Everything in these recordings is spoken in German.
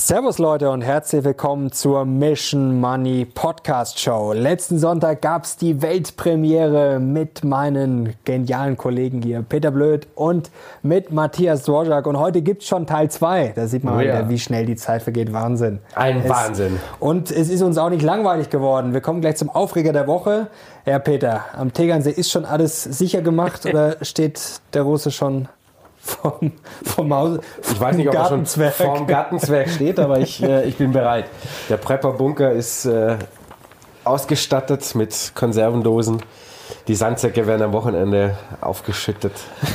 Servus Leute und herzlich willkommen zur Mission Money Podcast Show. Letzten Sonntag gab es die Weltpremiere mit meinen genialen Kollegen hier, Peter Blöd und mit Matthias Dvorak. Und heute gibt es schon Teil 2. Da sieht man mal wieder, wie schnell die Zeit vergeht. Wahnsinn. Wahnsinn. Und es ist uns auch nicht langweilig geworden. Wir kommen gleich zum Aufreger der Woche. Ja, Peter, am Tegernsee ist schon alles sicher gemacht oder steht der Russe schon vom Haus? Ich weiß nicht, ob er schon vorm Gartenzwerg steht, aber ich bin bereit. Der Prepper-Bunker ist ausgestattet mit Konservendosen. Die Sandsäcke werden am Wochenende aufgeschüttet.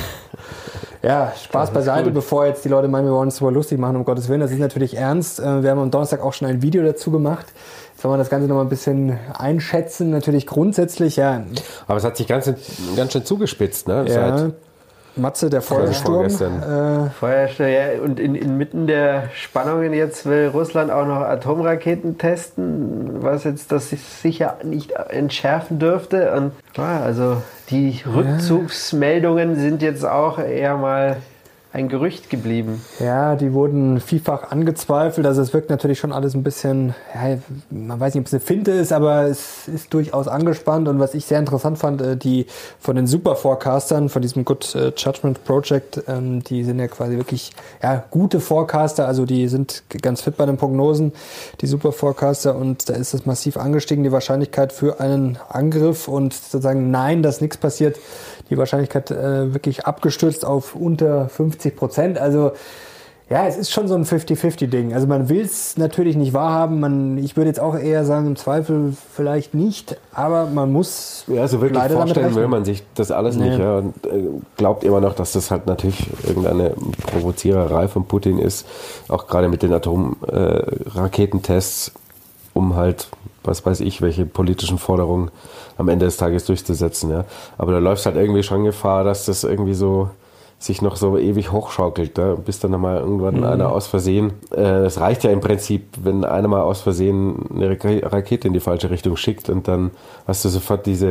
Ja, Spaß beiseite, bevor jetzt die Leute meinen, wir wollen es super lustig machen, um Gottes Willen. Das ist natürlich ernst. Wir haben am Donnerstag auch schon ein Video dazu gemacht. Jetzt wollen wir das Ganze noch mal ein bisschen einschätzen. Natürlich grundsätzlich, ja. Aber es hat sich ganz schön zugespitzt, ne? Ja. Matze, der Feuersturm. Feuersturm, ja. Und inmitten der Spannungen jetzt will Russland auch noch Atomraketen testen, was jetzt das sich sicher nicht entschärfen dürfte. Und also die Rückzugsmeldungen sind jetzt auch eher mal ein Gerücht geblieben. Ja, die wurden vielfach angezweifelt. Also es wirkt natürlich schon alles ein bisschen, ja, man weiß nicht, ob es eine Finte ist, aber es ist durchaus angespannt. Und was ich sehr interessant fand, die von den Super-Forecastern, von diesem Good Judgment Project, die sind ja quasi wirklich gute Forecaster, also die sind ganz fit bei den Prognosen, die Super-Forecaster. Und da ist es massiv angestiegen, die Wahrscheinlichkeit für einen Angriff und sozusagen nein, dass nichts passiert. Die Wahrscheinlichkeit wirklich abgestürzt auf unter 50%. Also ja, es ist schon so ein 50-50-Ding. Also man will es natürlich nicht wahrhaben. Ich würde jetzt auch eher sagen, im Zweifel vielleicht nicht, aber man muss so wirklich leider vorstellen will man sich das alles nicht. Ja, und glaubt immer noch, dass das halt natürlich irgendeine Provoziererei von Putin ist, auch gerade mit den Atomraketentests, um halt, was weiß ich, welche politischen Forderungen am Ende des Tages durchzusetzen. Ja. Aber da läuft halt irgendwie schon Gefahr, dass das irgendwie so sich noch so ewig hochschaukelt, ja, bis dann mal irgendwann einer aus Versehen, das reicht ja im Prinzip, wenn einer mal aus Versehen eine Rakete in die falsche Richtung schickt und dann hast du sofort bist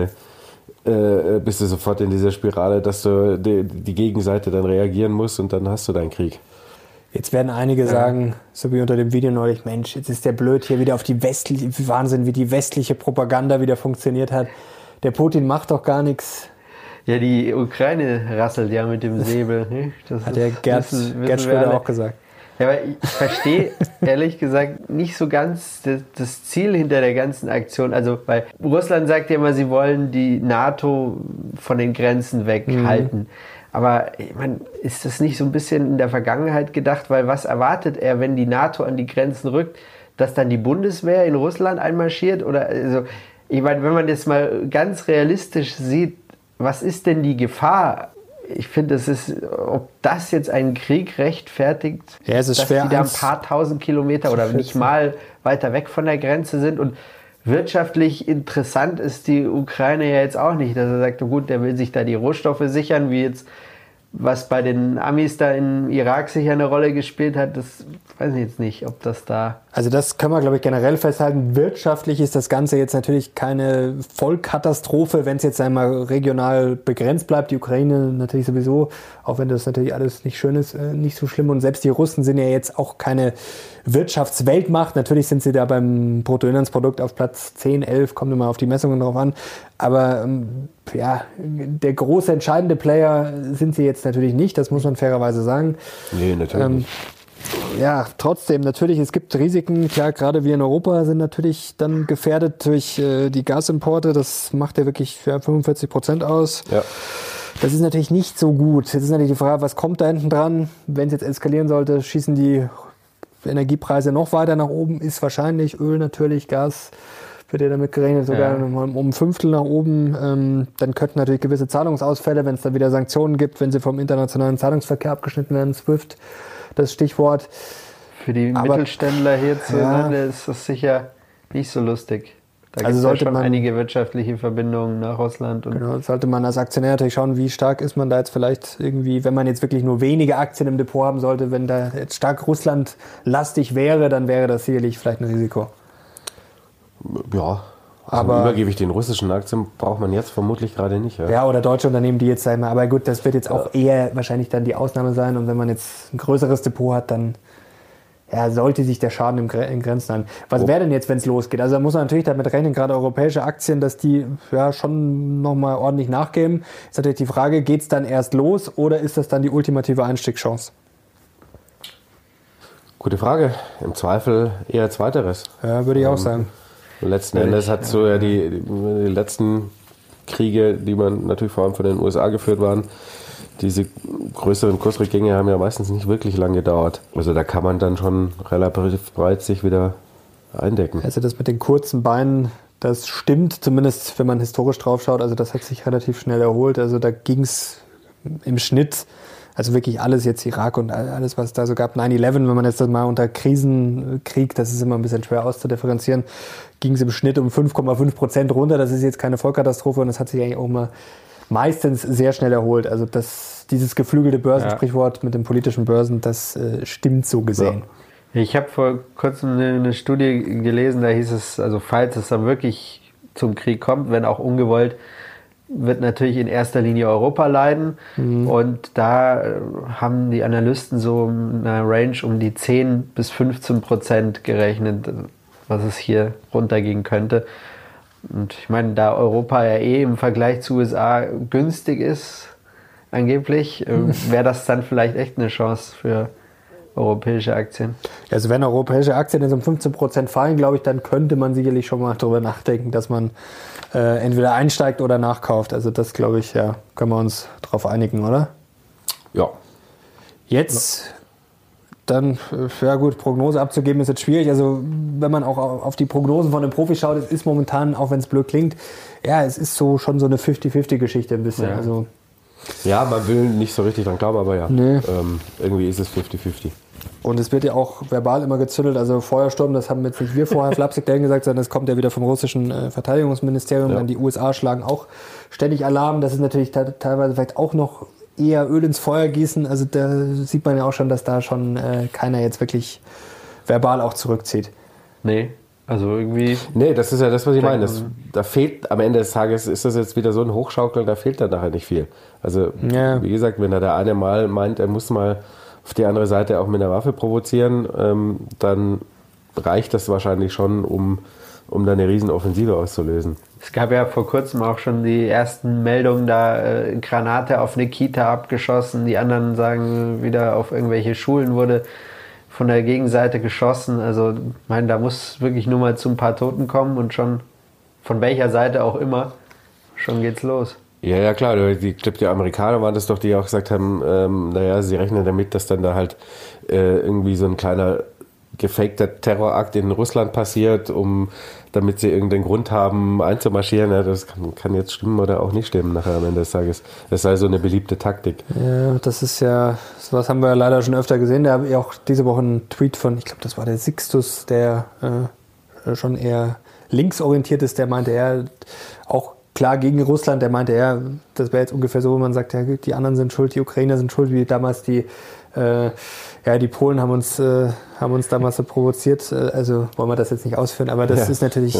du sofort in dieser Spirale, dass du die Gegenseite dann reagieren musst und dann hast du deinen Krieg. Jetzt werden einige sagen, so wie unter dem Video neulich, Mensch, jetzt ist der blöd hier wieder auf die westliche, Wahnsinn, wie die westliche Propaganda wieder funktioniert hat. Der Putin macht doch gar nichts. Ja, die Ukraine rasselt ja mit dem Säbel. Ne? Das hat der Gerd Schröder auch gesagt. Ja, aber ich verstehe ehrlich gesagt nicht so ganz das Ziel hinter der ganzen Aktion. Also, weil Russland sagt ja immer, sie wollen die NATO von den Grenzen weghalten. Aber ich meine, ist das nicht so ein bisschen in der Vergangenheit gedacht? Weil was erwartet er, wenn die NATO an die Grenzen rückt, dass dann die Bundeswehr in Russland einmarschiert? Oder also, ich meine, wenn man das mal ganz realistisch sieht, was ist denn die Gefahr? Ich finde, ob das jetzt einen Krieg rechtfertigt, es ist dass schwer, die da ein paar tausend Kilometer oder nicht mal weiter weg von der Grenze sind. Und wirtschaftlich interessant ist die Ukraine ja jetzt auch nicht, dass er sagt, gut, der will sich da die Rohstoffe sichern, wie jetzt was bei den Amis da im Irak sicher eine Rolle gespielt hat, das weiß ich jetzt nicht, ob das da... Also das können wir, glaube ich, generell festhalten. Wirtschaftlich ist das Ganze jetzt natürlich keine Vollkatastrophe, wenn es jetzt einmal regional begrenzt bleibt. Die Ukraine natürlich sowieso, auch wenn das natürlich alles nicht schön ist, nicht so schlimm. Und selbst die Russen sind ja jetzt auch keine Wirtschaftsweltmacht. Natürlich sind sie da beim Bruttoinlandsprodukt auf Platz 10, 11, kommt immer auf die Messungen drauf an. Aber der große entscheidende Player sind sie jetzt natürlich nicht, das muss man fairerweise sagen. Nee, natürlich nicht. Ja, trotzdem, natürlich, es gibt Risiken. Klar, gerade wir in Europa sind natürlich dann gefährdet durch die Gasimporte. Das macht ja wirklich 45% aus. Ja. Das ist natürlich nicht so gut. Jetzt ist natürlich die Frage, was kommt da hinten dran? Wenn es jetzt eskalieren sollte, schießen die Energiepreise noch weiter nach oben. Ist wahrscheinlich Öl natürlich, Gas wird ja damit gerechnet, sogar um ein Fünftel nach oben. Dann könnten natürlich gewisse Zahlungsausfälle, wenn es da wieder Sanktionen gibt, wenn sie vom internationalen Zahlungsverkehr abgeschnitten werden, SWIFT, das Stichwort. Für die Mittelständler hierzulande ist das sicher nicht so lustig. Da gibt es ja schon einige wirtschaftliche Verbindungen nach Russland. Und genau, sollte man als Aktionär natürlich schauen, wie stark ist man da jetzt vielleicht irgendwie, wenn man jetzt wirklich nur wenige Aktien im Depot haben sollte, wenn da jetzt stark russlandlastig wäre, dann wäre das sicherlich vielleicht ein Risiko. Ja, aber übergebe den russischen Aktien braucht man jetzt vermutlich gerade nicht. Ja, oder deutsche Unternehmen, die jetzt sagen, aber gut, das wird jetzt auch eher wahrscheinlich dann die Ausnahme sein. Und wenn man jetzt ein größeres Depot hat, dann sollte sich der Schaden in Grenzen halten. Was wäre denn jetzt, wenn es losgeht? Also da muss man natürlich damit rechnen, gerade europäische Aktien, dass die schon nochmal ordentlich nachgeben. Ist natürlich die Frage, geht es dann erst los oder ist das dann die ultimative Einstiegschance? Gute Frage. Im Zweifel eher Zweiteres. Ja, würde ich auch sagen. Letzten Endes hat so ja die letzten Kriege, die man natürlich vor allem von den USA geführt waren, diese größeren Kursrückgänge haben ja meistens nicht wirklich lang gedauert. Also da kann man dann schon relativ breit sich wieder eindecken. Also das mit den kurzen Beinen, das stimmt, zumindest wenn man historisch drauf schaut. Also das hat sich relativ schnell erholt. Also da ging es im Schnitt, also wirklich alles jetzt Irak und alles, was es da so gab, 9/11, wenn man jetzt das mal unter Krisenkrieg, das ist immer ein bisschen schwer auszudifferenzieren, ging es im Schnitt um 5,5% runter. Das ist jetzt keine Vollkatastrophe und das hat sich eigentlich auch mal meistens sehr schnell erholt. Also dieses geflügelte Börsensprichwort mit den politischen Börsen, das stimmt so gesehen. Ja. Ich habe vor kurzem eine Studie gelesen, da hieß es, also falls es dann wirklich zum Krieg kommt, wenn auch ungewollt, wird natürlich in erster Linie Europa leiden. Und da haben die Analysten so eine Range um die 10-15% gerechnet, was es hier runtergehen könnte. Und ich meine, da Europa ja im Vergleich zu USA günstig ist, angeblich, wäre das dann vielleicht echt eine Chance für europäische Aktien. Also wenn europäische Aktien jetzt um 15% fallen, glaube ich, dann könnte man sicherlich schon mal darüber nachdenken, dass man entweder einsteigt oder nachkauft. Also das, glaube ich, können wir uns darauf einigen, oder? Ja. Jetzt dann, gut, Prognose abzugeben ist jetzt schwierig. Also wenn man auch auf die Prognosen von den Profis schaut, es ist momentan, auch wenn es blöd klingt, es ist schon so eine 50-50-Geschichte ein bisschen. Ja. Also Ja, man will nicht so richtig dran glauben, aber Nee. Irgendwie ist es 50-50. Und es wird ja auch verbal immer gezündelt, also Feuersturm, das haben jetzt nicht wir vorher flapsig dahin gesagt, sondern das kommt ja wieder vom russischen Verteidigungsministerium. Ja. Dann die USA schlagen auch ständig Alarm. Das ist natürlich teilweise vielleicht auch noch eher Öl ins Feuer gießen. Also da sieht man ja auch schon, dass da schon keiner jetzt wirklich verbal auch zurückzieht. Nee, also irgendwie... Nee, das ist ja das, was ich meine. Da fehlt am Ende des Tages, ist das jetzt wieder so ein Hochschaukeln, da fehlt dann nachher nicht viel. Also wie gesagt, wenn da der eine mal meint, er muss mal auf die andere Seite auch mit einer Waffe provozieren, dann reicht das wahrscheinlich schon, um da eine Riesenoffensive auszulösen. Es gab ja vor kurzem auch schon die ersten Meldungen, da Granate auf eine Kita abgeschossen, die anderen sagen, wieder auf irgendwelche Schulen wurde von der Gegenseite geschossen. Also ich meine, da muss wirklich nur mal zu ein paar Toten kommen und schon von welcher Seite auch immer, schon geht's los. Ja, klar. Ich glaube, die Amerikaner waren das doch, die auch gesagt haben, sie rechnen damit, dass dann da halt irgendwie so ein kleiner gefakter Terrorakt in Russland passiert, damit sie irgendeinen Grund haben, einzumarschieren. Ja, das kann jetzt stimmen oder auch nicht stimmen nachher am Ende des Tages. Das sei so eine beliebte Taktik. Ja, das ist ja, sowas haben wir ja leider schon öfter gesehen. Da habe ich auch diese Woche einen Tweet von, ich glaube, das war der Sixtus, der schon eher linksorientiert ist, der meinte, auch klar gegen Russland, der meinte, das wäre jetzt ungefähr so, wo man sagt, die anderen sind schuld, die Ukrainer sind schuld, wie damals die Polen haben uns damals so provoziert, also wollen wir das jetzt nicht ausführen, aber das ist natürlich,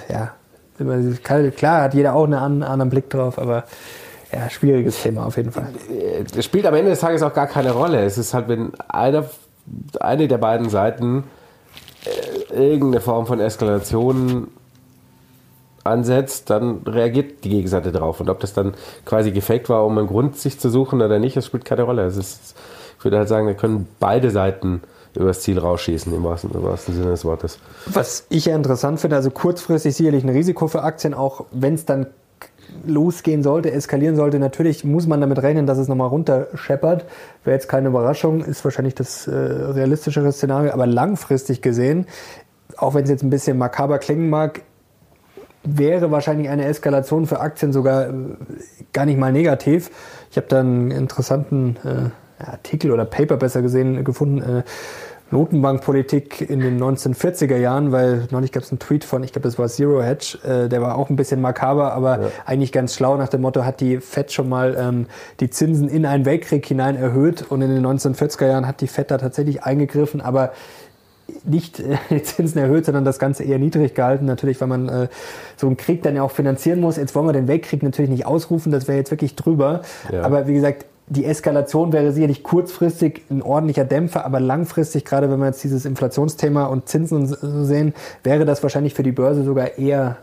klar hat jeder auch einen anderen Blick drauf, aber schwieriges Thema auf jeden Fall. Es spielt am Ende des Tages auch gar keine Rolle. Es ist halt, wenn eine der beiden Seiten irgendeine Form von Eskalation ansetzt, dann reagiert die Gegenseite drauf. Und ob das dann quasi gefaked war, um einen Grund sich zu suchen oder nicht, das spielt keine Rolle. Ich würde halt sagen, da können beide Seiten übers Ziel rausschießen, im wahrsten Sinne des Wortes. Was ich ja interessant finde, also kurzfristig sicherlich ein Risiko für Aktien, auch wenn es dann losgehen sollte, eskalieren sollte, natürlich muss man damit rechnen, dass es nochmal runterscheppert. Wäre jetzt keine Überraschung, ist wahrscheinlich das realistischere Szenario, aber langfristig gesehen, auch wenn es jetzt ein bisschen makaber klingen mag, wäre wahrscheinlich eine Eskalation für Aktien sogar gar nicht mal negativ. Ich habe da einen interessanten Artikel oder Paper besser gefunden, Notenbankpolitik in den 1940er Jahren, weil neulich gab es einen Tweet von, ich glaube das war Zero Hedge, der war auch ein bisschen makaber, aber eigentlich ganz schlau nach dem Motto, hat die Fed schon mal die Zinsen in einen Weltkrieg hinein erhöht und in den 1940er Jahren hat die Fed da tatsächlich eingegriffen, aber nicht die Zinsen erhöht, sondern das Ganze eher niedrig gehalten. Natürlich, weil man so einen Krieg dann ja auch finanzieren muss. Jetzt wollen wir den Weltkrieg natürlich nicht ausrufen, das wäre jetzt wirklich drüber. Ja. Aber wie gesagt, die Eskalation wäre sicherlich kurzfristig ein ordentlicher Dämpfer, aber langfristig, gerade wenn wir jetzt dieses Inflationsthema und Zinsen so sehen, wäre das wahrscheinlich für die Börse sogar eher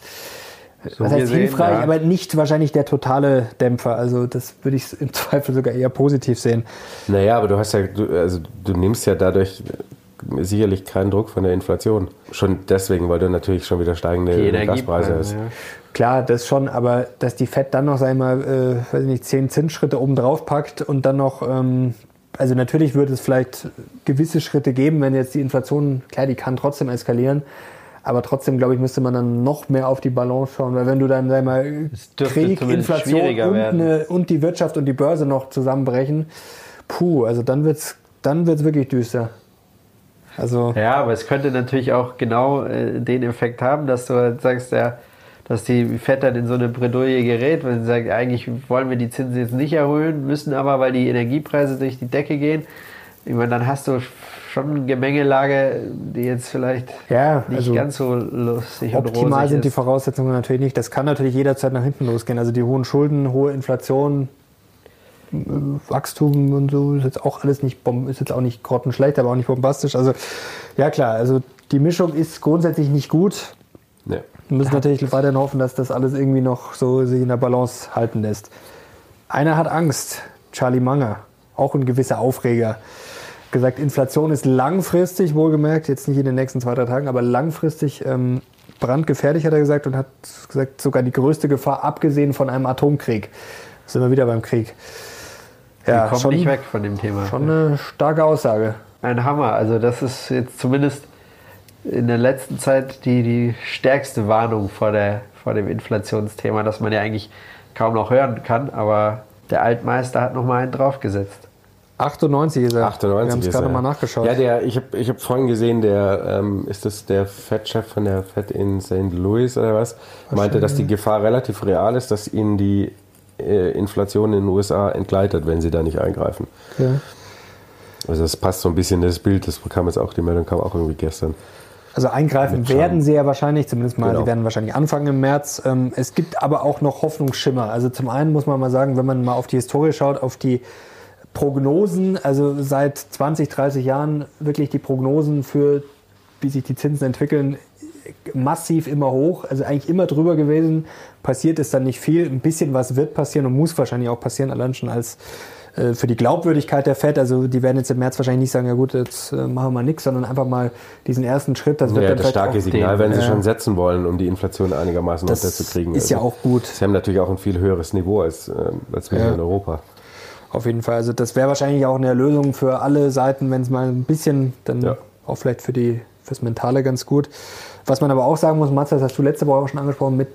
was heißt hilfreich, aber nicht wahrscheinlich der totale Dämpfer. Also das würde ich im Zweifel sogar eher positiv sehen. Naja, aber du nimmst ja dadurch sicherlich keinen Druck von der Inflation. Schon deswegen, weil du natürlich schon wieder steigende Gaspreise hast. Ja. Klar, das schon, aber dass die FED dann noch, sag ich mal, 10 Zinsschritte oben drauf packt und dann noch, also natürlich würde es vielleicht gewisse Schritte geben, wenn jetzt die Inflation, klar, die kann trotzdem eskalieren, aber trotzdem, glaube ich, müsste man dann noch mehr auf die Balance schauen, weil wenn du dann, sag ich mal, Krieg, Inflation und die Wirtschaft und die Börse noch zusammenbrechen, also dann wird's wirklich düster. Also ja, aber es könnte natürlich auch genau den Effekt haben, dass du halt sagst, ja, dass die FED dann in so eine Bredouille gerät, weil sie sagt, eigentlich wollen wir die Zinsen jetzt nicht erhöhen, müssen aber, weil die Energiepreise durch die Decke gehen. Ich meine, dann hast du schon eine Gemengelage, die jetzt vielleicht nicht ganz so lustig und rosig ist. Optimal sind die Voraussetzungen natürlich nicht. Das kann natürlich jederzeit nach hinten losgehen. Also die hohen Schulden, hohe Inflation, Wachstum und so ist jetzt auch alles nicht grottenschlecht, aber auch nicht bombastisch. Also ja klar, also die Mischung ist grundsätzlich nicht gut. Nee. Wir müssen natürlich weiterhin hoffen, dass das alles irgendwie noch so sich in der Balance halten lässt. Einer hat Angst, Charlie Munger, auch ein gewisser Aufreger. Gesagt, Inflation ist langfristig, wohlgemerkt, jetzt nicht in den nächsten 2-3 Tagen, aber langfristig brandgefährlich, hat er gesagt, und hat gesagt, sogar die größte Gefahr, abgesehen von einem Atomkrieg. Da sind wir wieder beim Krieg. Ja, kommt nicht weg von dem Thema. Schon eine starke Aussage. Ein Hammer. Also das ist jetzt zumindest in der letzten Zeit die stärkste Warnung vor dem Inflationsthema, das man ja eigentlich kaum noch hören kann. Aber der Altmeister hat noch mal einen draufgesetzt. 98 ist er. 98 wir haben es gerade mal nachgeschaut. Ja, ich hab vorhin gesehen, ist das der Fed-Chef von der Fed in St. Louis oder was? Meinte, dass die Gefahr relativ real ist, dass ihnen die Inflation in den USA entgleitet, wenn sie da nicht eingreifen. Ja. Also das passt so ein bisschen in das Bild, die Meldung kam auch irgendwie gestern. Also eingreifen werden sie ja wahrscheinlich, zumindest mal, sie werden wahrscheinlich anfangen im März. Es gibt aber auch noch Hoffnungsschimmer. Also zum einen muss man mal sagen, wenn man mal auf die Historie schaut, auf die Prognosen, also seit 20, 30 Jahren wirklich die Prognosen für, wie sich die Zinsen entwickeln, massiv immer hoch, also eigentlich immer drüber gewesen. Passiert ist dann nicht viel. Ein bisschen was wird passieren und muss wahrscheinlich auch passieren, allein schon als für die Glaubwürdigkeit der FED. Also die werden jetzt im März wahrscheinlich nicht sagen, ja gut, jetzt machen wir mal nichts, sondern einfach mal diesen ersten Schritt. Das wird dann das starke Signal werden sie schon setzen wollen, um die Inflation einigermaßen runterzukriegen. Das ist ja auch gut. Sie haben natürlich auch ein viel höheres Niveau als wir in Europa. Auf jeden Fall. Also das wäre wahrscheinlich auch eine Lösung für alle Seiten, wenn es mal ein bisschen, dann auch vielleicht fürs Mentale ganz gut. Was man aber auch sagen muss, Mats, das hast du letzte Woche auch schon angesprochen, mit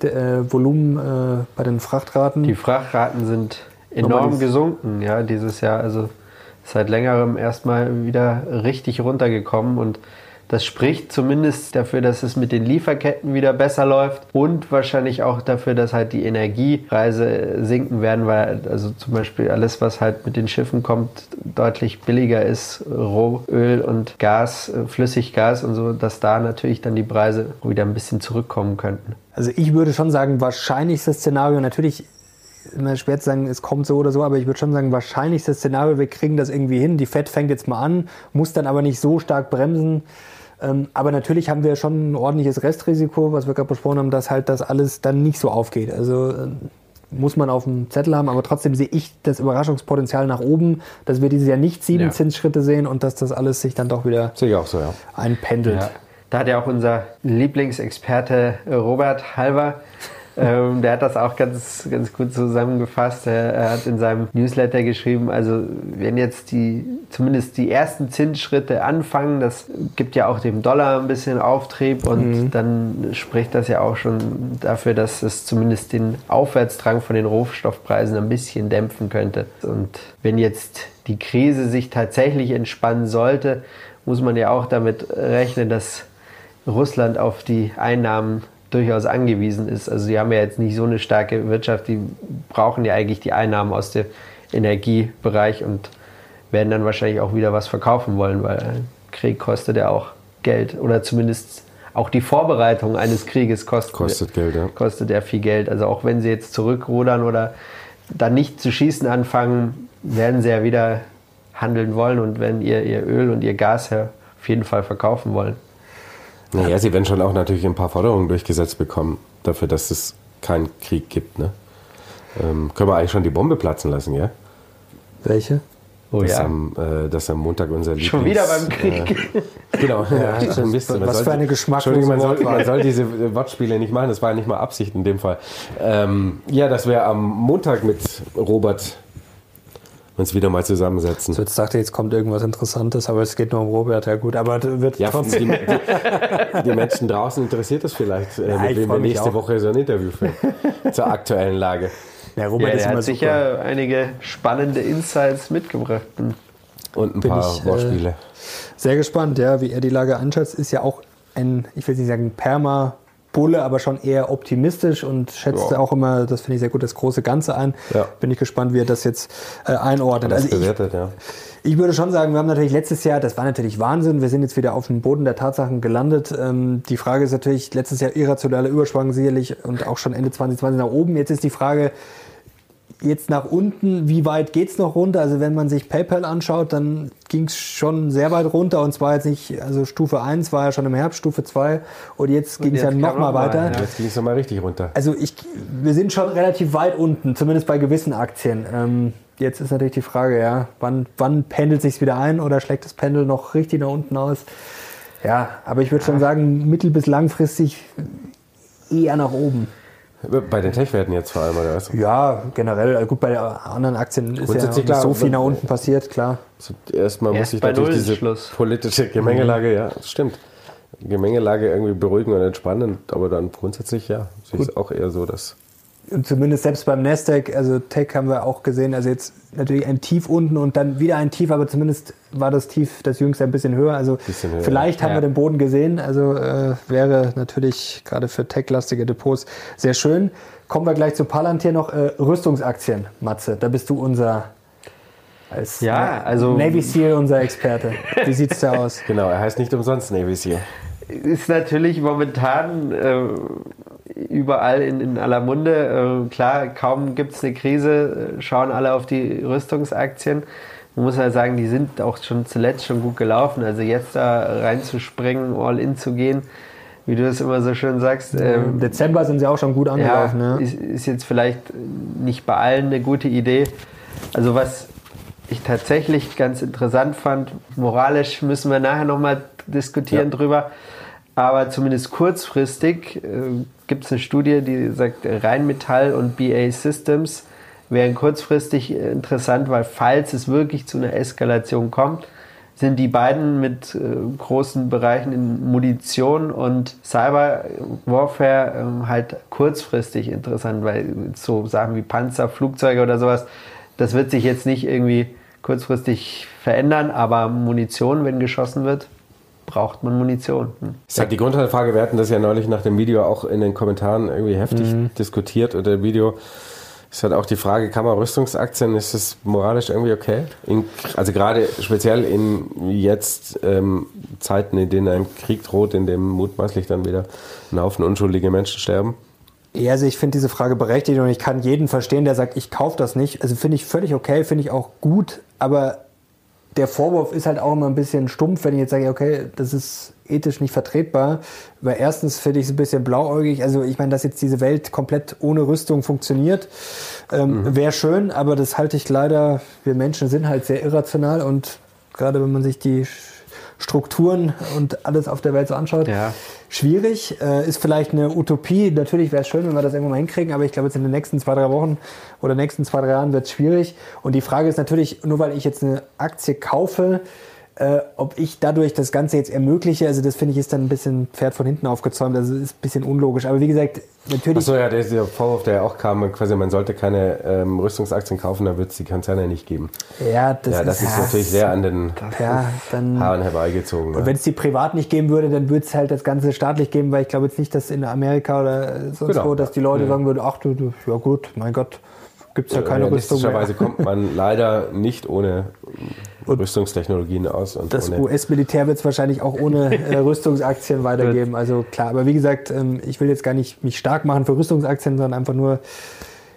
Volumen bei den Frachtraten. Die Frachtraten sind enorm gesunken, ja, dieses Jahr. Also seit längerem erstmal wieder richtig runtergekommen und das spricht zumindest dafür, dass es mit den Lieferketten wieder besser läuft und wahrscheinlich auch dafür, dass halt die Energiepreise sinken werden, weil also zum Beispiel alles, was halt mit den Schiffen kommt, deutlich billiger ist, Rohöl und Gas, Flüssiggas und so, dass da natürlich dann die Preise wieder ein bisschen zurückkommen könnten. Also ich würde schon sagen, wahrscheinlichstes Szenario, natürlich immer schwer zu sagen, es kommt so oder so, aber ich würde schon sagen, wahrscheinlichstes Szenario, wir kriegen das irgendwie hin. Die FED fängt jetzt mal an, muss dann aber nicht so stark bremsen. Aber natürlich haben wir schon ein ordentliches Restrisiko, was wir gerade besprochen haben, dass halt das alles dann nicht so aufgeht. Also muss man auf dem Zettel haben, aber trotzdem sehe ich das Überraschungspotenzial nach oben, dass wir dieses Jahr nicht 7 Zinsschritte sehen und dass das alles sich dann doch wieder einpendelt. Ja. Da hat ja auch unser Lieblingsexperte Robert Halver, der hat das auch ganz, ganz gut zusammengefasst. Er hat in seinem Newsletter geschrieben, also wenn jetzt zumindest die ersten Zinsschritte anfangen, das gibt ja auch dem Dollar ein bisschen Auftrieb und dann spricht das ja auch schon dafür, dass es zumindest den Aufwärtsdrang von den Rohstoffpreisen ein bisschen dämpfen könnte. Und wenn jetzt die Krise sich tatsächlich entspannen sollte, muss man ja auch damit rechnen, dass Russland auf die Einnahmen durchaus angewiesen ist. Also sie haben ja jetzt nicht so eine starke Wirtschaft, die brauchen ja eigentlich die Einnahmen aus dem Energiebereich und werden dann wahrscheinlich auch wieder was verkaufen wollen, weil Krieg kostet ja auch Geld oder zumindest auch die Vorbereitung eines Krieges kostet Geld, ja. Kostet ja viel Geld. Also auch wenn sie jetzt zurückrudern oder dann nicht zu schießen anfangen, werden sie ja wieder handeln wollen und werden ihr Öl und ihr Gas ja auf jeden Fall verkaufen wollen. Naja, sie werden schon auch natürlich ein paar Forderungen durchgesetzt bekommen, dafür, dass es keinen Krieg gibt. Ne? Können wir eigentlich schon die Bombe platzen lassen, ja? Welche? Oh, dass am Montag unser Lieblings... Schon wieder beim Krieg. Genau, ja, schon ein bisschen. Was für eine geschmacklose man soll diese Wortspiele nicht machen, das war ja nicht mal Absicht in dem Fall. Dass wir am Montag mit Robert uns wieder mal zusammensetzen. So, jetzt dachte ich, jetzt kommt irgendwas Interessantes, aber es geht nur um Robert, ja gut, aber wird ja, trotzdem... Die Menschen draußen interessiert das vielleicht, mit wem wir nächste Woche so ein Interview führen zur aktuellen Lage. Ja, Robert ist der immer hat sicher einige spannende Insights mitgebracht. Und ein paar Wortspiele. Sehr gespannt, ja, wie er die Lage anschaut. Ist ja auch ich will nicht sagen Perma-Bulle, aber schon eher optimistisch und schätzt auch immer, das finde ich sehr gut, das große Ganze ein. Ja. Bin ich gespannt, wie er das jetzt einordnet. Das bewertet, ich würde schon sagen, wir haben natürlich letztes Jahr, das war natürlich Wahnsinn, wir sind jetzt wieder auf dem Boden der Tatsachen gelandet. Die Frage ist natürlich, letztes Jahr irrationaler Überschwang sicherlich und auch schon Ende 2020 nach oben. Jetzt ist die Frage, jetzt nach unten, wie weit geht es noch runter? Also wenn man sich PayPal anschaut, dann ging es schon sehr weit runter und zwar jetzt nicht, also Stufe 1 war ja schon im Herbst, Stufe 2 und jetzt ging es ja noch mal weiter. Ja, jetzt ging es nochmal richtig runter. Also wir sind schon relativ weit unten, zumindest bei gewissen Aktien. Jetzt ist natürlich die Frage, ja, wann pendelt sich's wieder ein oder schlägt das Pendel noch richtig nach unten aus? Ja, aber ich würde schon sagen, mittel- bis langfristig eher nach oben. Bei den Tech-Werten jetzt vor allem, oder was? Ja, generell. Gut, bei den anderen Aktien ist ja nicht so viel nach unten passiert, klar. Also erstmal muss ich natürlich diese politische Gemengelage, ja, das stimmt. Gemengelage irgendwie beruhigen und entspannen, aber dann grundsätzlich, ja, sehe ich es auch eher so, dass... Und zumindest selbst beim Nasdaq, also Tech haben wir auch gesehen, also jetzt natürlich ein Tief unten und dann wieder ein Tief, aber zumindest war das Tief, das jüngste, ein bisschen höher. Also vielleicht haben wir den Boden gesehen, also wäre natürlich gerade für Tech-lastige Depots sehr schön. Kommen wir gleich zu Palantir noch, Rüstungsaktien, Matze, da bist du als Navy Seal unser Experte. Wie sieht es da aus? Genau, er heißt nicht umsonst Navy Seal. Ist natürlich momentan überall in aller Munde. Klar, kaum gibt es eine Krise, schauen alle auf die Rüstungsaktien. Man muss ja sagen, die sind auch zuletzt schon gut gelaufen. Also jetzt da reinzuspringen, all in zu gehen, wie du es immer so schön sagst. Im Dezember sind sie auch schon gut angelaufen. Ja, ist jetzt vielleicht nicht bei allen eine gute Idee. Also was ich tatsächlich ganz interessant fand, moralisch müssen wir nachher nochmal diskutieren drüber, aber zumindest kurzfristig gibt es eine Studie, die sagt, Rheinmetall und BAE Systems wären kurzfristig interessant, weil falls es wirklich zu einer Eskalation kommt, sind die beiden mit großen Bereichen in Munition und Cyber Warfare halt kurzfristig interessant, weil so Sachen wie Panzer, Flugzeuge oder sowas, das wird sich jetzt nicht irgendwie kurzfristig verändern, aber Munition, wenn geschossen wird, braucht man Munition. Das ist halt die Grundfrage, wir hatten das ja neulich nach dem Video auch in den Kommentaren irgendwie heftig diskutiert unter dem Video. Es ist halt auch die Frage, kann man Rüstungsaktien, ist es moralisch irgendwie okay? Also gerade speziell in jetzt Zeiten, in denen ein Krieg droht, in dem mutmaßlich dann wieder ein Haufen unschuldige Menschen sterben? Ja, also ich finde diese Frage berechtigt und ich kann jeden verstehen, der sagt, ich kaufe das nicht. Also finde ich völlig okay, finde ich auch gut, aber der Vorwurf ist halt auch immer ein bisschen stumpf, wenn ich jetzt sage, okay, das ist ethisch nicht vertretbar, weil erstens finde ich es ein bisschen blauäugig, also ich meine, dass jetzt diese Welt komplett ohne Rüstung funktioniert, wäre schön, aber das halte ich leider, wir Menschen sind halt sehr irrational und gerade wenn man sich die Strukturen und alles auf der Welt so anschaut, schwierig, ist vielleicht eine Utopie, natürlich wäre es schön, wenn wir das irgendwann mal hinkriegen, aber ich glaube jetzt in den nächsten 2-3 Wochen oder nächsten 2-3 Jahren wird es schwierig und die Frage ist natürlich, nur weil ich jetzt eine Aktie kaufe, ob ich dadurch das Ganze jetzt ermögliche, also das finde ich ist dann ein bisschen Pferd von hinten aufgezäumt, also ist ein bisschen unlogisch, aber wie gesagt, natürlich... Achso, ja, dieser Vorwurf, der ja auch kam, quasi man sollte keine Rüstungsaktien kaufen, dann wird es die Konzerne nicht geben. Ja, das ist natürlich sehr an den dann, Haaren herbeigezogen. Und wenn es die privat nicht geben würde, dann würde es halt das Ganze staatlich geben, weil ich glaube jetzt nicht, dass in Amerika oder sonst wo, dass die Leute sagen würden, ach du, ja gut, mein Gott, gibt es ja keine Rüstung mehr. Realistischerweise kommt man leider nicht ohne Rüstungstechnologien aus. Und das US-Militär wird es wahrscheinlich auch ohne Rüstungsaktien weitergeben. Also klar, aber wie gesagt, ich will jetzt gar nicht mich stark machen für Rüstungsaktien, sondern einfach nur,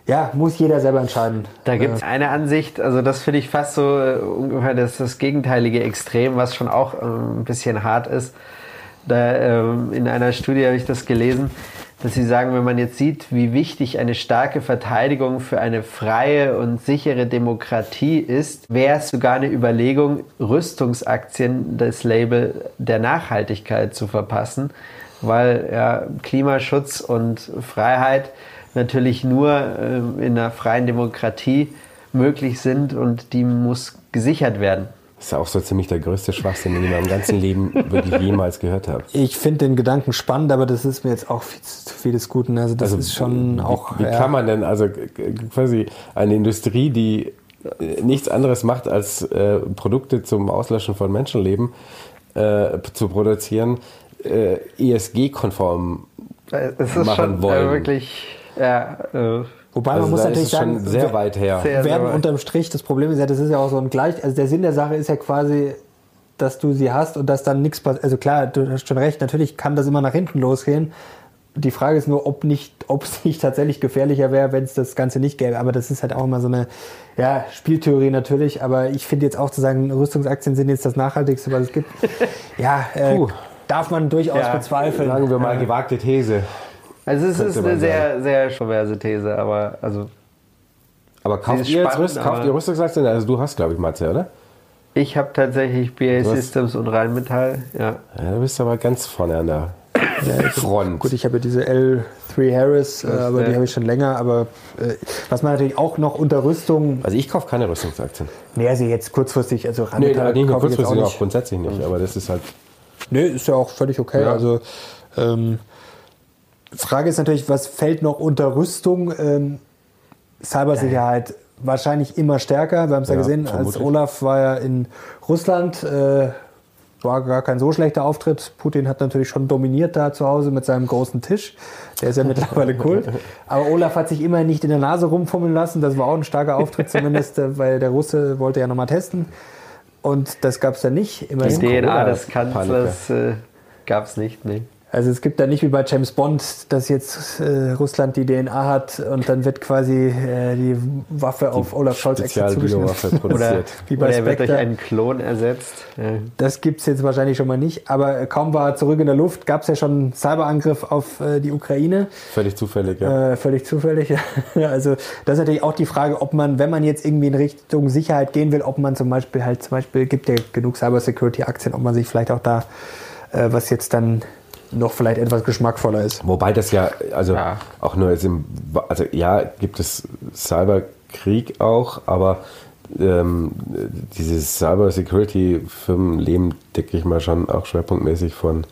ja, muss jeder selber entscheiden. Da gibt es eine Ansicht, also das finde ich fast so ungefähr das gegenteilige Extrem, was schon auch ein bisschen hart ist. Da, in einer Studie habe ich das gelesen, dass sie sagen, wenn man jetzt sieht, wie wichtig eine starke Verteidigung für eine freie und sichere Demokratie ist, wäre es sogar eine Überlegung, Rüstungsaktien das Label der Nachhaltigkeit zu verpassen, weil ja, Klimaschutz und Freiheit natürlich nur in einer freien Demokratie möglich sind und die muss gesichert werden. Das ist ja auch so ziemlich der größte Schwachsinn, den ich in meinem ganzen Leben wirklich jemals gehört habe. Ich finde den Gedanken spannend, aber das ist mir jetzt auch viel zu viel des Guten. Also das ist schon auch... Wie kann man denn also quasi eine Industrie, die nichts anderes macht, als Produkte zum Auslöschen von Menschenleben zu produzieren, ESG-konform es ist machen schon wollen? Wirklich... Ja, wobei Also man muss da natürlich ist es schon sagen, sehr weit her. werden unterm Strich, das Problem ist ja, das ist ja auch so ein also der Sinn der Sache ist ja quasi, dass du sie hast und dass dann nichts passiert. Also klar, du hast schon recht, natürlich kann das immer nach hinten losgehen. Die Frage ist nur, ob es nicht tatsächlich gefährlicher wäre, wenn es das Ganze nicht gäbe. Aber das ist halt auch immer so eine Spieltheorie natürlich. Aber ich finde jetzt auch zu sagen, Rüstungsaktien sind jetzt das Nachhaltigste, was es gibt. Darf man durchaus bezweifeln. Sagen wir mal gewagte These. Also es ist eine sehr, sehr kontroverse These, aber also... Aber kauft ihr Rüstungsaktien? Also du hast, glaube ich, Matze, oder? Ich habe tatsächlich BAE Systems und Rheinmetall, ja. Du bist aber ganz vorne an der Front. Gut, ich habe diese L3 Harris, aber die habe ich schon länger. Aber was man natürlich auch noch unter Rüstung... Also ich kaufe keine Rüstungsaktien. Nee, also jetzt kurzfristig, also Rheinmetall nicht nur kurzfristig, auch grundsätzlich nicht. Aber das ist halt... Nee, ist ja auch völlig okay. Ja. Also Frage ist natürlich, was fällt noch unter Rüstung? Cybersicherheit wahrscheinlich immer stärker. Wir haben es ja gesehen, vermutlich. Als Olaf war ja in Russland, war gar kein so schlechter Auftritt. Putin hat natürlich schon dominiert da zu Hause mit seinem großen Tisch. Der ist ja mittlerweile Kult. Aber Olaf hat sich immer nicht in der Nase rumfummeln lassen. Das war auch ein starker Auftritt zumindest, weil der Russe wollte ja nochmal testen. Und das gab es dann nicht. Immerhin. Die DNA des Kanzlers gab es nicht, nee. Also es gibt da nicht wie bei James Bond, dass jetzt Russland die DNA hat und dann wird quasi die Waffe auf Olaf Scholz extra zugeschnitten. Oder wie bei er wird durch einen Klon ersetzt. Ja. Das gibt es jetzt wahrscheinlich schon mal nicht. Aber kaum war er zurück in der Luft, gab es ja schon einen Cyberangriff auf die Ukraine. Völlig zufällig, ja. Völlig zufällig, ja. Also das ist natürlich auch die Frage, ob man, wenn man jetzt irgendwie in Richtung Sicherheit gehen will, ob man zum Beispiel gibt ja genug Cybersecurity-Aktien, ob man sich vielleicht auch da, was jetzt dann noch vielleicht etwas geschmackvoller ist. Wobei das auch nur gibt es Cyberkrieg auch, aber diese Cyber-Security-Firmen leben, denke ich mal, schon auch schwerpunktmäßig von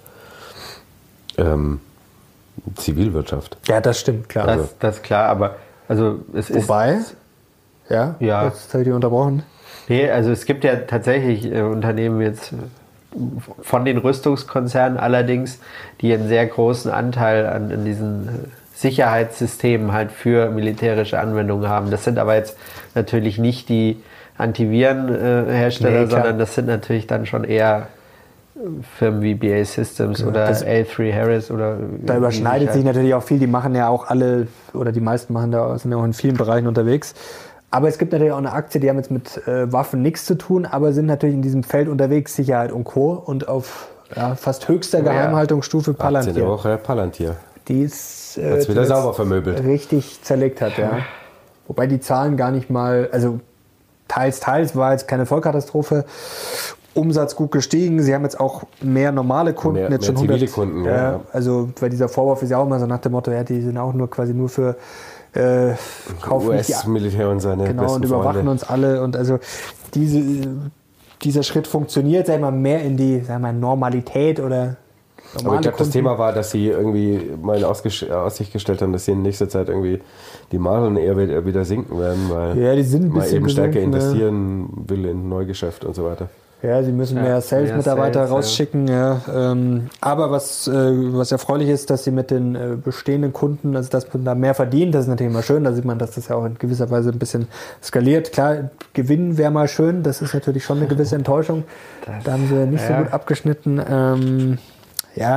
Zivilwirtschaft. Ja, das stimmt, klar. Das ist klar, aber also es ist... Wobei, jetzt habe ich dich unterbrochen. Nee, also es gibt ja tatsächlich Unternehmen jetzt von den Rüstungskonzernen allerdings, die einen sehr großen Anteil an diesen Sicherheitssystemen halt für militärische Anwendungen haben. Das sind aber jetzt natürlich nicht die Antivirenhersteller, sondern das sind natürlich dann schon eher Firmen wie BAE Systems oder L3 Harris oder... Da überschneidet sich natürlich auch viel. Die machen ja auch alle, oder die meisten sind ja auch in vielen Bereichen unterwegs. Aber es gibt natürlich auch eine Aktie, die haben jetzt mit Waffen nichts zu tun, aber sind natürlich in diesem Feld unterwegs, Sicherheit und Co. Und auf fast höchster Geheimhaltungsstufe Palantir. 18 Woche Palantir. Die ist wieder sauber vermöbelt. Richtig zerlegt hat, ja. Wobei die Zahlen gar nicht mal, also teils war jetzt keine Vollkatastrophe. Umsatz gut gestiegen. Sie haben jetzt auch mehr normale Kunden, jetzt schon 100 zivile Kunden. Also weil dieser Vorwurf ist ja auch immer so nach dem Motto, die sind auch nur quasi nur für US-Militär und seine besten und überwachen Freunde. uns alle und also dieser Schritt funktioniert, sag ich mal, mehr in die Normalität oder normale Aber ich glaube, das Kunden. Thema war, dass sie irgendwie mal in Aussicht gestellt haben, dass sie in nächster Zeit irgendwie die Margen eher wieder sinken werden, weil die sind ein man bisschen eben stärker gesunken, investieren will in Neugeschäft und so weiter. Ja, sie müssen mehr Sales-Mitarbeiter rausschicken. Ja. Aber was erfreulich ist, dass sie mit den bestehenden Kunden, also dass man da mehr verdient, das ist natürlich immer schön. Da sieht man, dass das ja auch in gewisser Weise ein bisschen skaliert. Klar, Gewinn wäre mal schön, das ist natürlich schon eine gewisse Enttäuschung. Da haben sie nicht so gut abgeschnitten.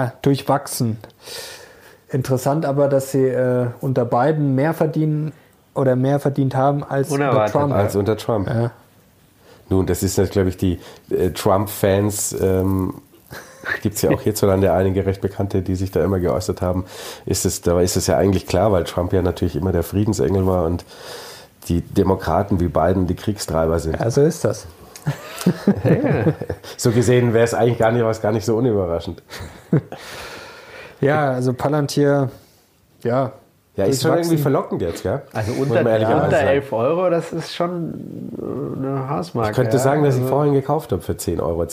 Durchwachsen. Interessant aber, dass sie unter beiden mehr verdienen oder mehr verdient haben als unter Trump. Als unter Trump. Ja. Nun, das ist glaube ich, die Trump-Fans, gibt es ja auch hierzulande einige recht Bekannte, die sich da immer geäußert haben. Da ist es ja eigentlich klar, weil Trump ja natürlich immer der Friedensengel war und die Demokraten wie Biden die Kriegstreiber sind. Ja, so ist das. So gesehen wäre es eigentlich gar nicht so unüberraschend. Ja, also Palantir, ja. Ja, ist schon irgendwie verlockend jetzt, gell? Also unter 11 Euro, das ist schon eine Hausmarke. Ich könnte sagen, dass ich vorhin gekauft habe für 10,10 Euro.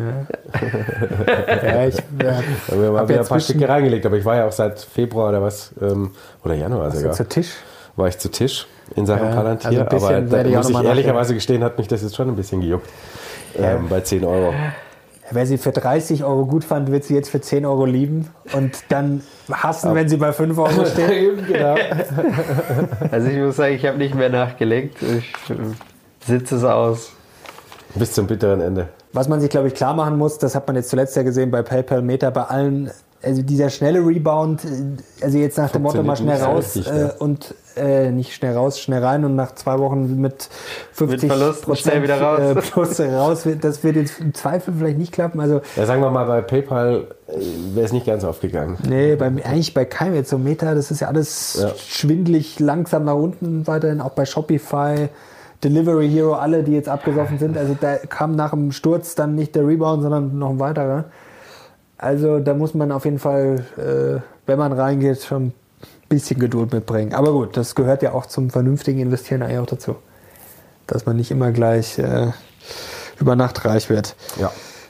Ja, ich habe mir mal wieder ein paar Stücke reingelegt, aber ich war ja auch seit Februar oder was, oder Januar sogar. Zu Tisch? War ich zu Tisch in Sachen Palantir, also aber da muss ich ehrlicherweise gestehen, hat mich das jetzt schon ein bisschen gejuckt, bei 10 Euro. Wer sie für 30 Euro gut fand, wird sie jetzt für 10 Euro lieben und dann hassen, wenn sie bei 5 Euro steht. Genau. Also ich muss sagen, ich habe nicht mehr nachgelegt. Ich sitze es aus. Bis zum bitteren Ende. Was man sich, glaube ich, klar machen muss, das hat man jetzt zuletzt ja gesehen bei PayPal, Meta, bei allen, also dieser schnelle Rebound, also jetzt nach dem Motto mal schnell raus und nicht schnell raus, schnell rein und nach 2 Wochen mit 50% Verlust schnell wieder raus. Plus raus, das wird jetzt im Zweifel vielleicht nicht klappen. Also, ja, sagen wir mal, bei PayPal wäre es nicht ganz aufgegangen. Nee, eigentlich bei keinem jetzt so Meta, das ist ja alles schwindelig langsam nach unten weiterhin, auch bei Shopify, Delivery Hero, alle, die jetzt abgesoffen sind. Also da kam nach dem Sturz dann nicht der Rebound, sondern noch ein weiterer. Also da muss man auf jeden Fall, wenn man reingeht, schon ein bisschen Geduld mitbringen. Aber gut, das gehört ja auch zum vernünftigen Investieren eigentlich auch dazu. Dass man nicht immer gleich über Nacht reich wird. Ja.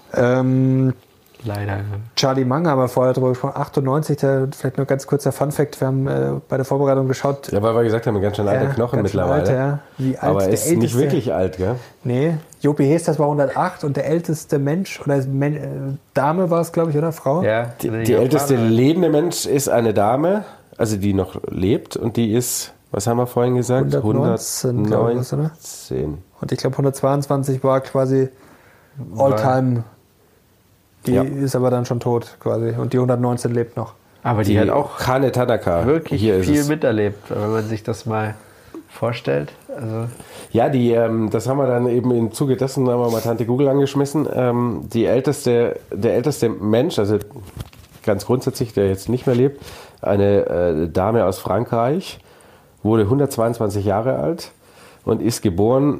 Leider. Charlie Munger haben wir vorher drüber gesprochen, 98, vielleicht nur ganz kurzer Funfact, wir haben bei der Vorbereitung geschaut. Ja, weil wir gesagt haben, ganz schön alter Knochen mittlerweile. Alt, ja. Wie alt aber er ist nicht wirklich alt, gell? Nee, Jopi Hesters war 108 und der älteste Mensch, oder Dame war es, glaube ich, oder Frau? Ja, die älteste lebende Mensch ist eine Dame, also die noch lebt und die ist, was haben wir vorhin gesagt? 119, glaube ich, oder? Und ich glaube 122 war quasi Alltime. Die ist aber dann schon tot quasi und die 119 lebt noch. Aber die hat auch Kane Tanaka wirklich viel miterlebt, wenn man sich das mal vorstellt. Also ja, das haben wir dann eben im Zuge dessen, haben wir mal Tante Google angeschmissen. Der älteste Mensch, also ganz grundsätzlich, der jetzt nicht mehr lebt, eine Dame aus Frankreich, wurde 122 Jahre alt und ist geboren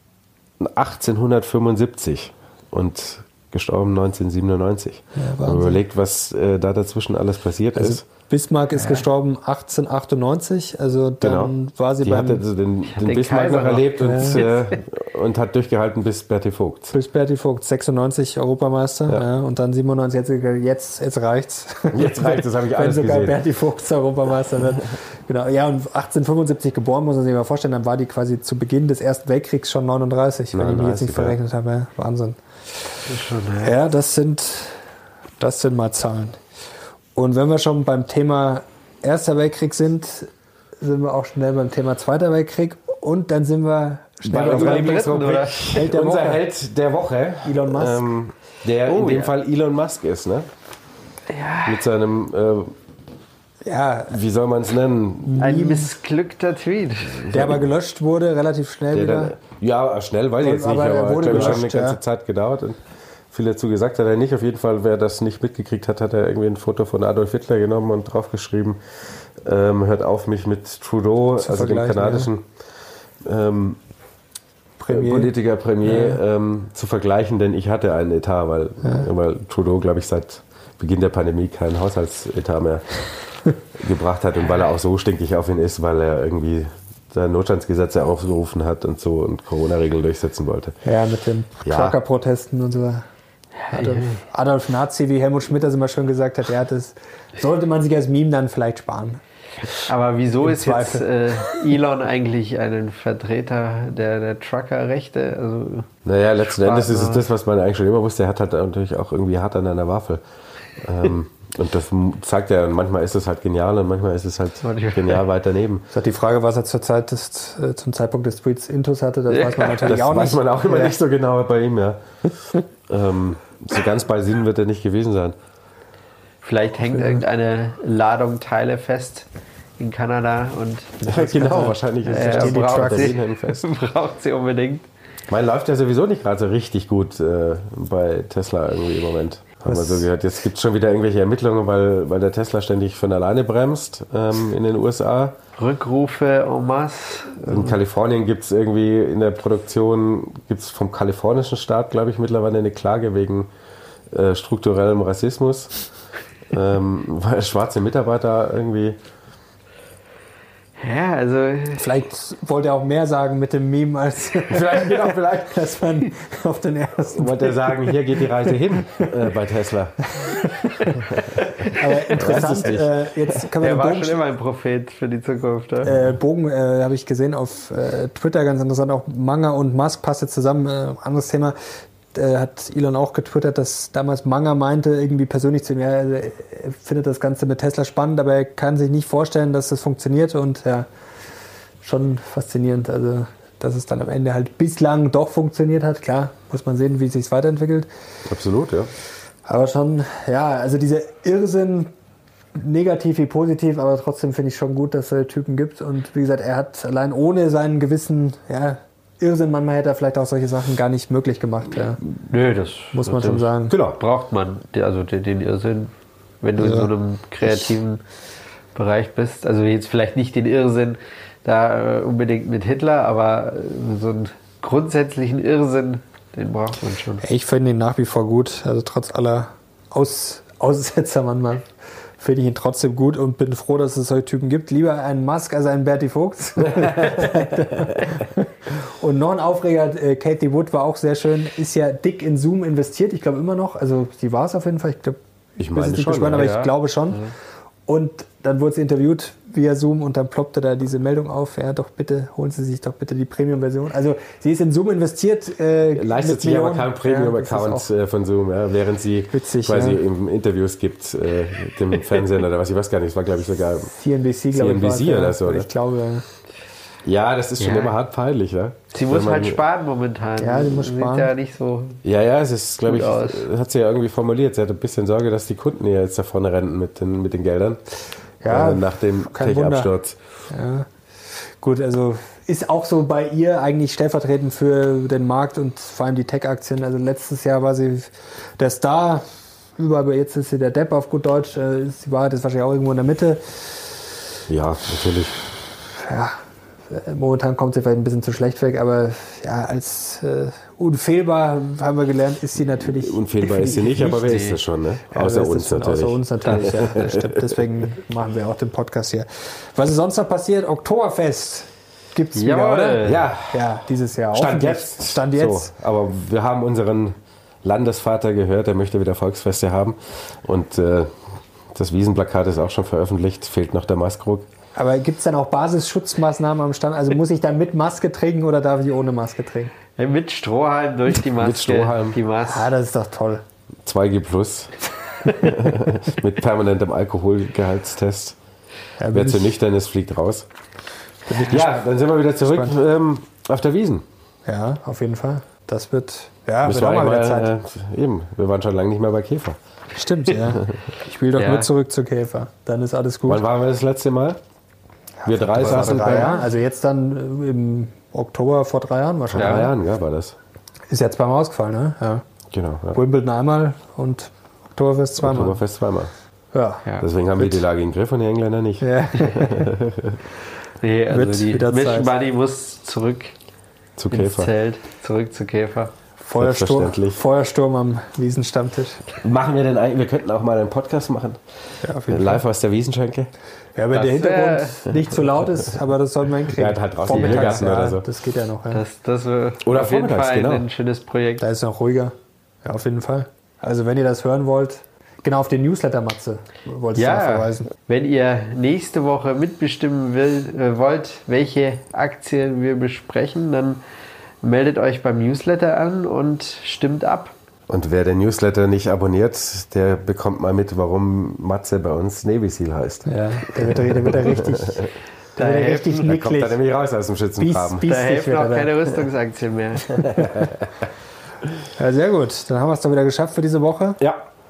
1875 und gestorben 1997. Ja, man überlegt, was da dazwischen alles passiert ist. Bismarck ist gestorben 1898, also dann war sie hat also den Bismarck noch erlebt und hat durchgehalten bis Berti Vogt. Bis Berti Vogt, 96 Europameister und dann 97, jetzt reicht's. Jetzt reicht's, das habe ich alles gesehen. Wenn sogar gesehen. Berti Vogt Europameister wird. Genau, ja, und 1875 geboren, muss man sich mal vorstellen, dann war die quasi zu Beginn des Ersten Weltkriegs schon 39, wenn ich mich jetzt nicht verrechnet habe. Ja, Wahnsinn. Ja, das sind mal Zahlen. Und wenn wir schon beim Thema Erster Weltkrieg sind wir auch schnell beim Thema Zweiter Weltkrieg und dann sind wir schnell bei unserem Lieblingsrubrik. Unser Held der Woche. Elon Musk. Der in dem Fall Elon Musk ist, ne? Ja. Mit seinem, wie soll man es nennen? Ein missglückter Tweet. Der aber gelöscht wurde, relativ schnell wieder. Ja, schnell, weiß ich jetzt nicht, aber wurde glaube, schon eine ganze Zeit gedauert. Und viel dazu gesagt hat er nicht. Auf jeden Fall, wer das nicht mitgekriegt hat, hat er irgendwie ein Foto von Adolf Hitler genommen und draufgeschrieben, hört auf, mich mit Trudeau, also dem kanadischen Politiker, Premier, zu vergleichen, denn ich hatte einen Etat, weil Trudeau, glaube ich, seit Beginn der Pandemie keinen Haushaltsetat mehr gebracht hat und weil er auch so stinkig auf ihn ist, weil er irgendwie Notstandsgesetze aufgerufen hat und so und Corona-Regeln durchsetzen wollte. Ja, mit den Trucker-Protesten und so. Adolf Nazi, wie Helmut Schmidt das immer schön gesagt hat, sollte man sich als Meme dann vielleicht sparen. Aber wieso ist jetzt Elon eigentlich ein Vertreter der Trucker-Rechte? Also naja, letzten Endes ist es das, was man eigentlich schon immer wusste. Er hat halt natürlich auch irgendwie hart an einer Waffe. Und das zeigt er, manchmal ist es halt genial und manchmal ist es halt genial weit daneben. Das ist halt die Frage, was er zum Zeitpunkt des Tweets Intus hatte, das weiß man natürlich auch nicht. Das weiß man auch immer nicht so genau bei ihm, ja. So ganz bei Sinn wird er nicht gewesen sein. Vielleicht hängt irgendeine Ladung Teile fest in Kanada und Genau, wahrscheinlich ist er die braucht sie, fest. braucht sie unbedingt. Mein läuft ja sowieso nicht gerade so richtig gut bei Tesla irgendwie im Moment. Haben wir so gehört. Jetzt gibt es schon wieder irgendwelche Ermittlungen, weil der Tesla ständig von alleine bremst in den USA. Rückrufe en masse. In Kalifornien gibt es irgendwie in der Produktion, gibt es vom kalifornischen Staat, glaube ich, mittlerweile eine Klage wegen strukturellem Rassismus, weil schwarze Mitarbeiter irgendwie... Ja, also... Vielleicht wollte er auch mehr sagen mit dem Meme, als vielleicht, dass man auf den ersten... Wollte er sagen, hier geht die Reise hin bei Tesla. Aber interessant, jetzt kann man Er war Bogen, schon immer ein Prophet für die Zukunft. Bogen habe ich gesehen auf Twitter, ganz interessant, auch Munger und Musk passt jetzt zusammen, anderes Thema. Hat Elon auch getwittert, dass damals Munger meinte, irgendwie persönlich zu ihm, ja, er findet das Ganze mit Tesla spannend, aber er kann sich nicht vorstellen, dass das funktioniert und ja, schon faszinierend, also dass es dann am Ende halt bislang doch funktioniert hat. Klar, muss man sehen, wie es sich weiterentwickelt. Absolut, ja. Aber schon, ja, also dieser Irrsinn, negativ wie positiv, aber trotzdem finde ich schon gut, dass es Typen gibt und wie gesagt, er hat allein ohne seinen gewissen, ja, Irrsinn, manchmal hätte er vielleicht auch solche Sachen gar nicht möglich gemacht. Ja. Nö, das muss man schon sagen. Genau. Braucht man, also den Irrsinn, wenn du in so einem kreativen Bereich bist. Also jetzt vielleicht nicht den Irrsinn da unbedingt mit Hitler, aber so einen grundsätzlichen Irrsinn, den braucht man schon. Ich finde ihn nach wie vor gut, also trotz aller Aussetzer manchmal. Finde ich ihn trotzdem gut und bin froh, dass es solche Typen gibt. Lieber einen Musk als einen Bertie Vogts. Und noch ein Aufreger, Katie Wood war auch sehr schön, ist ja dick in Zoom investiert, ich glaube immer noch, also sie war es auf jeden Fall, ich meine schon, gespannt, aber ich glaube schon. Ja. Und dann wurde sie interviewt via Zoom und dann ploppte da diese Meldung auf, ja doch bitte, holen Sie sich doch bitte die Premium-Version. Also sie ist in Zoom investiert. Leistet sich aber keinen Premium-Account von Zoom, ja, während sie witzig, quasi Interviews gibt, dem Fernsehen oder was, ich weiß gar nicht, es war glaube ich sogar CNBC, glaube ich. Oder so. Oder? Ich glaube... Ja, das ist schon immer hart peinlich. Ja? Sie muss halt sparen momentan. Ja, sie muss sparen. Sieht ja nicht so. Ja, es ist, glaube ich, hat sie ja irgendwie formuliert. Sie hat ein bisschen Sorge, dass die Kunden ihr jetzt da vorne rennen mit den Geldern. Ja, nach dem Tech-Absturz. Ja. Gut, also ist auch so bei ihr eigentlich stellvertretend für den Markt und vor allem die Tech-Aktien. Also letztes Jahr war sie der Star, aber jetzt ist sie der Depp auf gut Deutsch. Sie war das wahrscheinlich auch irgendwo in der Mitte. Ja, natürlich. Ja. Momentan kommt sie vielleicht ein bisschen zu schlecht weg, aber ja, als unfehlbar, haben wir gelernt, ist sie natürlich... Unfehlbar ist sie nicht, aber wer ist das schon, ne? Außer uns natürlich. Außer uns natürlich, ja, das stimmt. Deswegen machen wir auch den Podcast hier. Was ist sonst noch passiert? Oktoberfest gibt es wieder, oder? Ja, dieses Jahr. Stand jetzt. So, aber wir haben unseren Landesvater gehört, der möchte wieder Volksfeste haben und das Wiesenplakat ist auch schon veröffentlicht, fehlt noch der Maskrug. Aber gibt es dann auch Basisschutzmaßnahmen am Stand? Also muss ich dann mit Maske trinken oder darf ich ohne Maske trinken? Ja, mit Strohhalm durch die Maske. Mit Strohhalm. Die Maske. Ah, das ist doch toll. 2G+. Mit permanentem Alkoholgehaltstest. Ja, wer zu nüchtern ist, fliegt raus. Ja, dann sind wir wieder zurück auf der Wiesn. Ja, auf jeden Fall. Das wird auch mal wieder Zeit. Eben, wir waren schon lange nicht mehr bei Käfer. Stimmt, ja. Ich will doch nur zurück zu Käfer. Dann ist alles gut. Wann waren wir das letzte Mal? Wir drei saßen bei Jahren. Also jetzt dann im Oktober vor 3 Jahren wahrscheinlich. 3 Jahren, ja, war das. Ist jetzt zweimal ausgefallen, ne? Ja. Genau. Ja. Wimbledon einmal und Oktoberfest zweimal. Oktoberfest zweimal. Ja. Deswegen haben wir die Lage im Griff und die Engländer nicht. Ja. Nee, also die Mission Money muss zurück zu ins Käfer. Zelt, zurück zu Käfer. Feuersturm am Wiesenstammtisch. Machen wir denn eigentlich, wir könnten auch mal einen Podcast machen. Ja, auf jeden Live aus der Wiesenschenke. Ja, wenn der Hintergrund nicht zu laut ist, aber das sollten wir hinkriegen. Ja, halt draußen im Garten oder so. Das geht ja noch. Ja. Das oder auf jeden Fall genau. ein schönes Projekt. Da ist es noch ruhiger. Ja, auf jeden Fall. Also wenn ihr das hören wollt, genau auf den Newsletter, Matze, wolltest du verweisen. Wenn ihr nächste Woche mitbestimmen wollt, welche Aktien wir besprechen, dann meldet euch beim Newsletter an und stimmt ab. Und wer den Newsletter nicht abonniert, der bekommt mal mit, warum Matze bei uns Navy Seal heißt. Ja, der wird da richtig, da kommt er nämlich raus aus dem Schützengraben. Da helfen auch keine Rüstungsaktien mehr. Ja, sehr gut. Dann haben wir es doch wieder geschafft für diese Woche. Ja.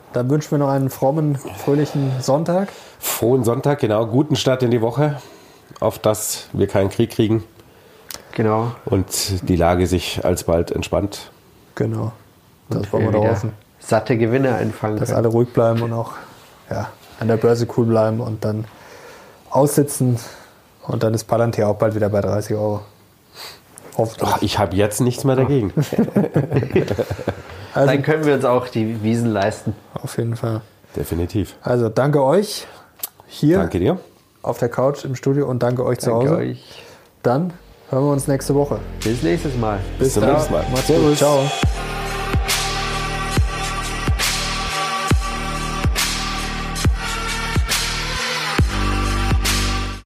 dann wünschen wir noch einen frommen, fröhlichen Sonntag. Frohen Sonntag, genau. Guten Start in die Woche, auf dass wir keinen Krieg kriegen. Genau. Und die Lage sich alsbald entspannt. Genau. Das Und wollen wir doch wieder hoffen. satte Gewinne einfangen Dass können. alle ruhig bleiben und auch an der Börse cool bleiben und dann aussitzen. Und dann ist Palantir auch bald wieder bei 30 Euro. Hoffentlich. Ich habe jetzt nichts mehr dagegen. Also, Dann können wir uns auch die Wiesen leisten. auf jeden Fall. Definitiv. Also danke euch hier Danke dir. auf der Couch im Studio und danke euch zu Danke Hause. euch. Dann hören wir uns nächste Woche. Bis nächstes Mal. Bis zum nächsten Mal. Macht's gut. Ciao.